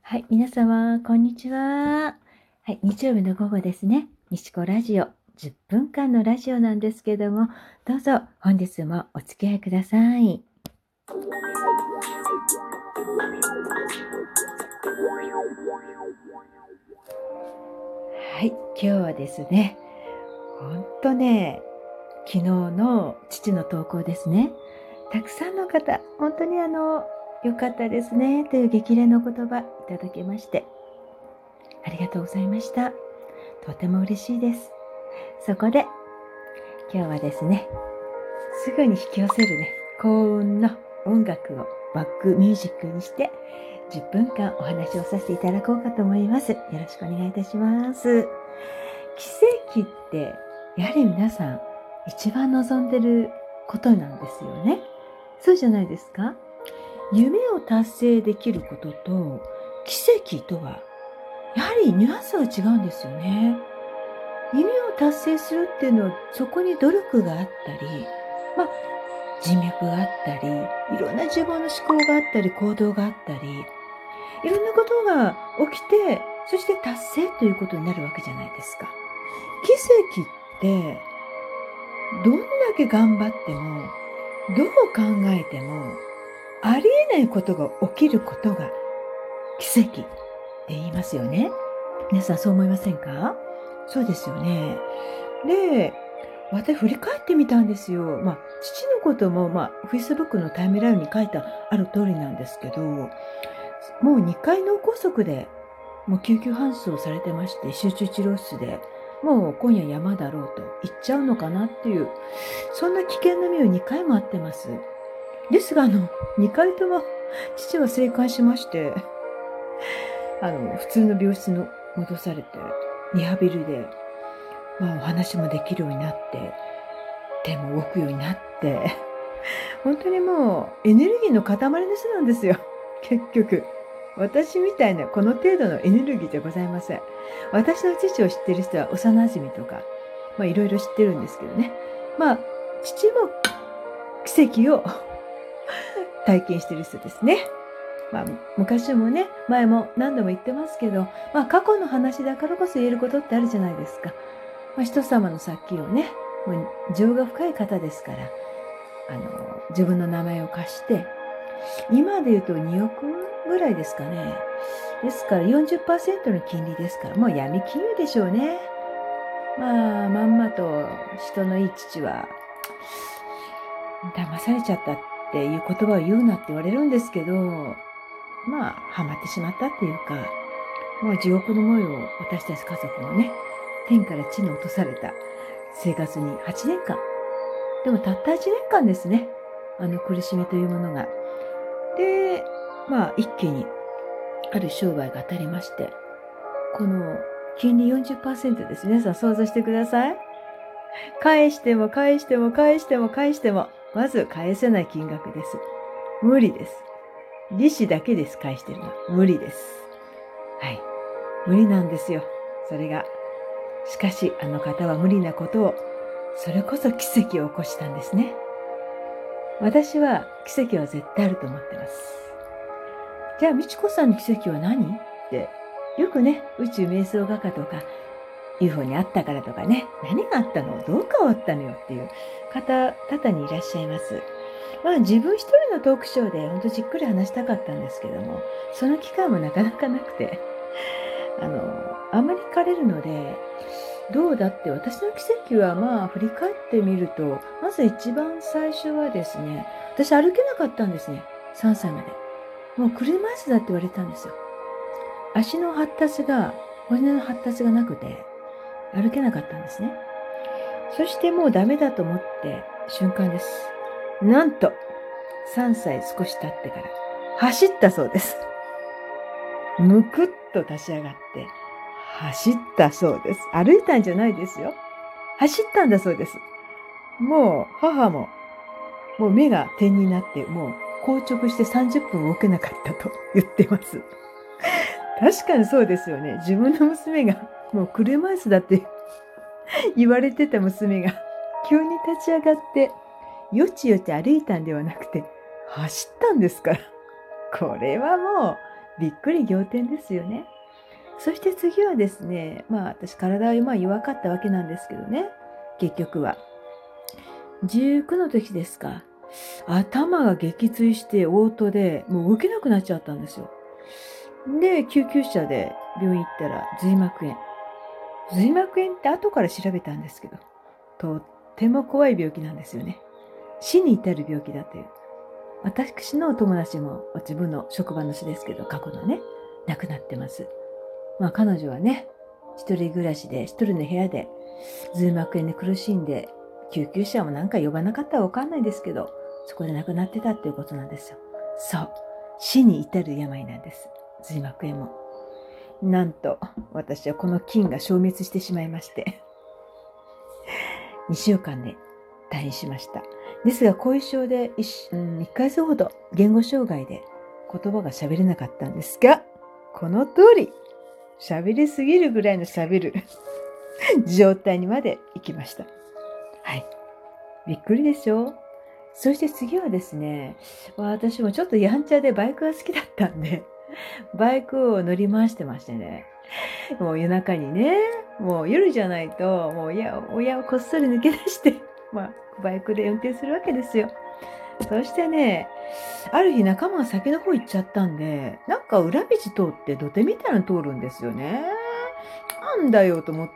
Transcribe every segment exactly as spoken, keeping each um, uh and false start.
はい、皆様、こんにちは。はい、日曜日の午後ですね。西子ラジオ、じゅっぷんかんのラジオなんですけども、どうぞ本日もお付き合いください。はい、今日はですね、ほんとね、昨日の父の投稿ですね。たくさんの方、本当にあの、良かったですね、という激励の言葉いただきまして、ありがとうございました。とても嬉しいです。そこで、今日はですね、すぐに引き寄せるね、幸運の音楽をバックミュージックにしてじゅっぷんかんお話をさせていただこうかと思います。よろしくお願いいたします。奇跡ってやはり皆さん一番望んでることなんですよね。そうじゃないですか？夢を達成できることと奇跡とはやはりニュアンスが違うんですよね。夢を達成するっていうのはそこに努力があったり、まあ人脈があったり、いろんな自分の思考があったり、行動があったり、いろんなことが起きて、そして達成ということになるわけじゃないですか。奇跡って、どんだけ頑張っても、どう考えても、ありえないことが起きることが奇跡って言いますよね。皆さんそう思いませんか？そうですよね。で、私振り返ってみたんですよ。まあ、父のことも、まあ、Facebook のタイムラインに書いてある通りなんですけど、もうにかい脳梗塞で、もう救急搬送されてまして、集中治療室で、もう今夜山だろうと言っちゃうのかなっていう、そんな危険な目をにかいもあってます。ですが、あの、にかいとも父は生還しまして、あの、普通の病室に戻されて、リハビリで、まあ、お話もできるようになって、手も動くようになって、本当にもうエネルギーの塊の人なんですよ。結局。私みたいなこの程度のエネルギーじゃございません。私の父を知ってる人は幼馴染とか、まあいろいろ知ってるんですけどね。まあ、父も奇跡を体験してる人ですね。まあ、昔もね、前も何度も言ってますけど、まあ過去の話だからこそ言えることってあるじゃないですか。まあ人様の借金をね、もう情が深い方ですから、あの、自分の名前を貸して、今で言うとにおくぐらいですかね。ですから よんじゅっパーセント の金利ですから、もう闇金融でしょうね。まあ、まんまと人のいい父は、騙されちゃったっていう言葉を言うなって言われるんですけど、まあ、ハマってしまったっていうか、もう地獄の思いを私たち家族もね、天から地に落とされた生活にはちねんかん。でもたったいちねんかんですね。あの苦しみというものが。で、まあ一気にある商売が当たりまして、この金利 よんじゅっパーセント です。皆さん想像してください。返しても返しても返しても返しても、まず返せない金額です。無理です。利子だけです、返してるのは。無理です。はい。無理なんですよ。それが。しかし、あの方は無理なことを、それこそ奇跡を起こしたんですね。私は奇跡は絶対あると思ってます。じゃあ、美智子さんの奇跡は何って、よくね、宇宙瞑想画家とか、ユーフォー に会ったからとかね、何があったのどう変わったのよっていう方、多々にいらっしゃいます。まあ自分一人のトークショーでほんとじっくり話したかったんですけども、その機会もなかなかなくて、あの、あんまり聞かれるので、どうだって私の奇跡はまあ振り返ってみると、まず一番最初はですね、私歩けなかったんですね。さんさいまで。もう車椅子だって言われたんですよ。足の発達が、骨の発達がなくて、歩けなかったんですね。そしてもうダメだと思って瞬間です。なんと、さんさい少し経ってから、走ったそうです。むくっと立ち上がって、走ったそうです。歩いたんじゃないですよ。走ったんだそうです。もう母も、もう目が点になって、もう硬直してさんじゅっぷん動けなかったと言ってます。確かにそうですよね。自分の娘が、もう車椅子だって言われてた娘が、急に立ち上がって、よちよち歩いたんではなくて、走ったんですから。 これはもうびっくり仰天ですよね。そして次はですね、まあ私体はまあ弱かったわけなんですけどね、結局は。じゅうきゅうの時ですか。頭が激墜して嘔吐で、もう動けなくなっちゃったんですよ。で、救急車で病院行ったら髄膜炎。髄膜炎って後から調べたんですけど、とっても怖い病気なんですよね。死に至る病気だという。私の友達も自分の職場の人ですけど、過去のね、亡くなってます。まあ彼女はね、一人暮らしで一人の部屋で髄膜炎に苦しんで、救急車もなんか呼ばなかったらわかんないですけど、そこで亡くなってたっていうことなんですよ。そう。死に至る病なんです。髄膜炎も。なんと、私はこの菌が消滅してしまいまして、にしゅうかんで退院しました。ですが、後遺症で 1, うん、いっかげつほど言語障害で言葉が喋れなかったんですが、この通り、喋りすぎるぐらいの喋る状態にまで行きました。はい。びっくりでしょ？そして次はですね、私もちょっとやんちゃでバイクが好きだったんで、バイクを乗り回してましてね、もう夜中にね、もう夜じゃないと、もう親を、親をこっそり抜け出して、まあ、バイクで運転するわけですよ。そしてね、ある日仲間が先の方行っちゃったんで、なんか裏道通って土手みたいなの通るんですよね。なんだよと思って、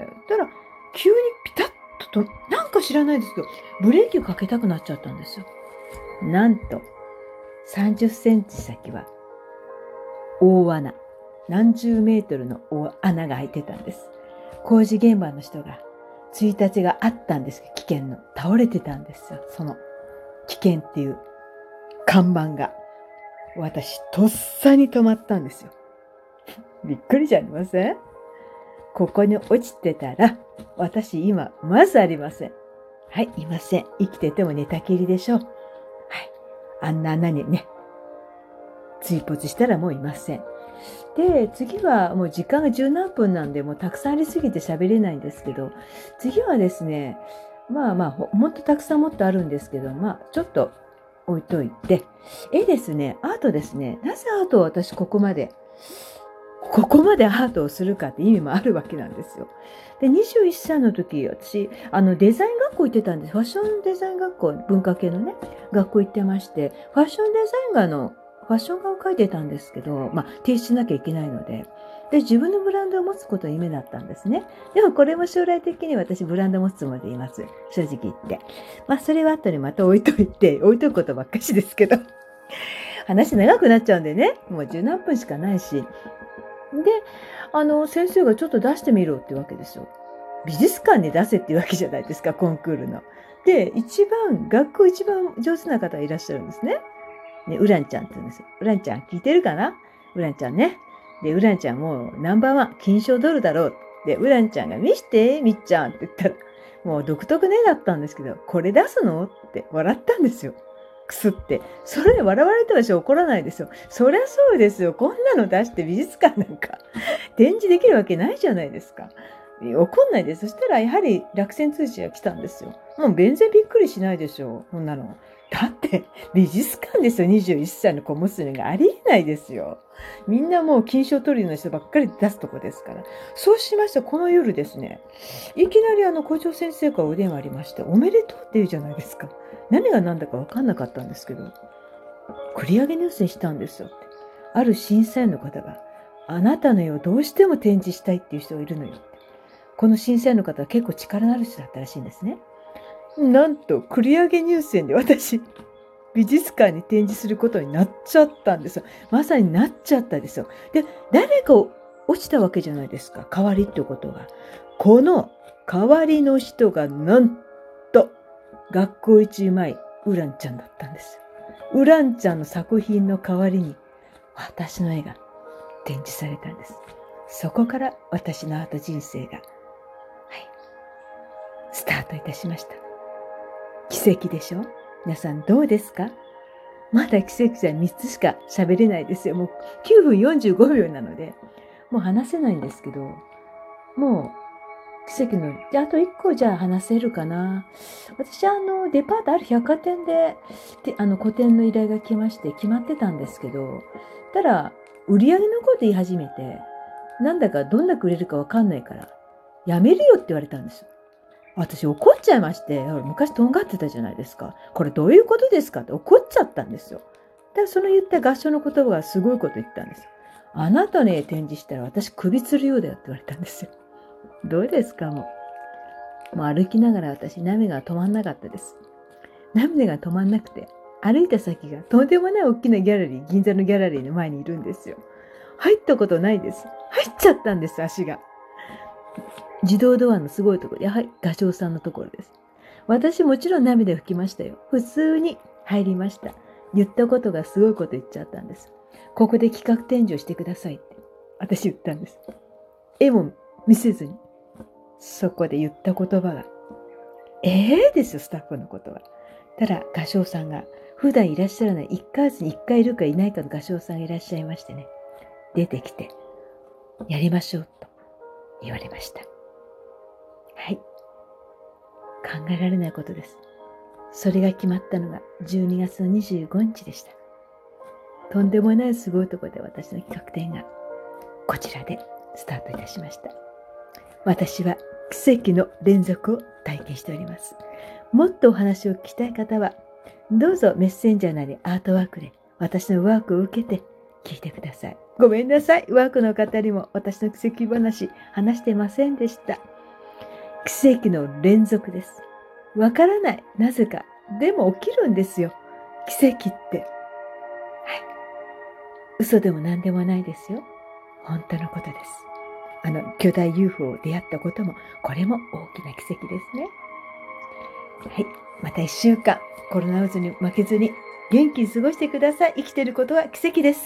たら急にピタッとと、なんか知らないですけど、ブレーキをかけたくなっちゃったんですよ。なんと、さんじゅっセンチ先は大穴。何十メートルの大穴が開いてたんです。工事現場の人が、ついたちがあったんですけど、危険の。倒れてたんですよ。その、危険っていう看板が。私、とっさに止まったんですよ。びっくりじゃありません？ここに落ちてたら、私今、まずありません。はい、いません。生きてても寝たきりでしょう。はい。あんな穴にね、追没したらもういません。で、次はもう時間が十何分なんで、もうたくさんありすぎて喋れないんですけど、次はですね、まあまあ、もっとたくさんもっとあるんですけど、まあ、ちょっと置いといて、絵ですね、アートですね。なぜアートを私ここまで、ここまでアートをするかって意味もあるわけなんですよ。で、にじゅういっさいの時、私、あの、デザイン学校行ってたんです。ファッションデザイン学校、文化系のね、学校行ってまして、ファッションデザイン画の、ファッション画を描いてたんですけど、まあ、提出しなきゃいけないので、で、自分のブランドを持つことが夢だったんですね。でも、これも将来的に私、ブランドを持つつもりでいます。正直言って。まあ、それは後にまた置いといて、置いとくことばっかしですけど。話長くなっちゃうんでね、もう十何分しかないし。で、あの、先生がちょっと出してみろってわけですよ。美術館に出せっていうわけじゃないですか、コンクールの。で、一番、学校一番上手な方がいらっしゃるんですね。ね、ウランちゃんって言うんですよ。ウランちゃん聞いてるかな？ウランちゃんね。で、ウランちゃんもうナンバーワン、金賞取るだろう。で、ウランちゃんが見して、みっちゃんって言ったら、もう独特ねだったんですけど、これ出すのって笑ったんですよ。くすって。それで笑われてはし怒らないですよ。そりゃそうですよ。こんなの出して美術館なんか展示できるわけないじゃないですか。怒んないです。そしたらやはり落選通知が来たんですよ。もう全然びっくりしないでしょう。こんなの。だって美術館ですよ。にじゅういっさいの子娘がありえないですよ。みんなもう金賞取りの人ばっかり出すとこですから。そうしましたこの夜ですね。いきなりあの校長先生からお電話ありまして、おめでとうって言うじゃないですか。何が何だか分かんなかったんですけど、繰り上げ入選したんですよって。ある審査員の方が、あなたの絵をどうしても展示したいっていう人がいるのよって。この審査員の方は結構力のある人だったらしいんですね。なんと、繰り上げ入選で私、美術館に展示することになっちゃったんですよ。まさになっちゃったですよ。で、誰か落ちたわけじゃないですか。代わりってことが。この代わりの人がなんと、学校一うまいウランちゃんだったんですよ。ウランちゃんの作品の代わりに、私の絵が展示されたんです。そこから私のアート人生が、はい、スタートいたしました。奇跡でしょ？皆さんどうですか？まだ奇跡じゃみっつしか喋れないですよ。もうきゅうふんよんじゅうごびょうなので、もう話せないんですけど、も奇跡の、で、あと一個じゃあ話せるかな。私、あの、デパートある百貨店で、で、あの、個展の依頼が来まして、決まってたんですけど、ただ、売り上げのこと言い始めて、なんだかどんだけ売れるかわかんないから、やめるよって言われたんですよ。私怒っちゃいまして、昔とんがってたじゃないですか。これどういうことですかって怒っちゃったんですよ。だからその言った合唱の言葉がすごいこと言ったんですよ。あなたね、展示したら私首つるようだよって言われたんですよ。どうですかもう。もう歩きながら私涙が止まんなかったです。涙が止まんなくて、歩いた先がとんでもない大きなギャラリー、銀座のギャラリーの前にいるんですよ。入ったことないです。入っちゃったんです、足が。自動ドアのすごいところ、やはり画商さんのところです。私もちろん涙拭きましたよ。普通に入りました。言ったことがすごいこと言っちゃったんです。ここで企画展示をしてくださいって。私言ったんです。絵も見せずに。そこで言った言葉が、ええー、ですよ、スタッフのことは。ただ、画商さんが、普段いらっしゃらない、一ヶ月に一回いるかいないかの画商さんがいらっしゃいましてね。出てきて、やりましょうと言われました。はい。考えられないことです。それが決まったのがじゅうにがつのにじゅうごにちでした。とんでもないすごいところで私の企画展がこちらでスタートいたしました。私は奇跡の連続を体験しております。もっとお話を聞きたい方は、どうぞメッセンジャーなりアートワークで私のワークを受けて聞いてください。ごめんなさい。ワークの方にも私の奇跡話話してませんでした。奇跡の連続です。わからない。なぜか。でも起きるんですよ。奇跡って。はい。嘘でも何でもないですよ。本当のことです。あの、巨大 ユーフォー 出会ったことも、これも大きな奇跡ですね。はい。また一週間、コロナウイルスに負けずに元気に過ごしてください。生きていることは奇跡です。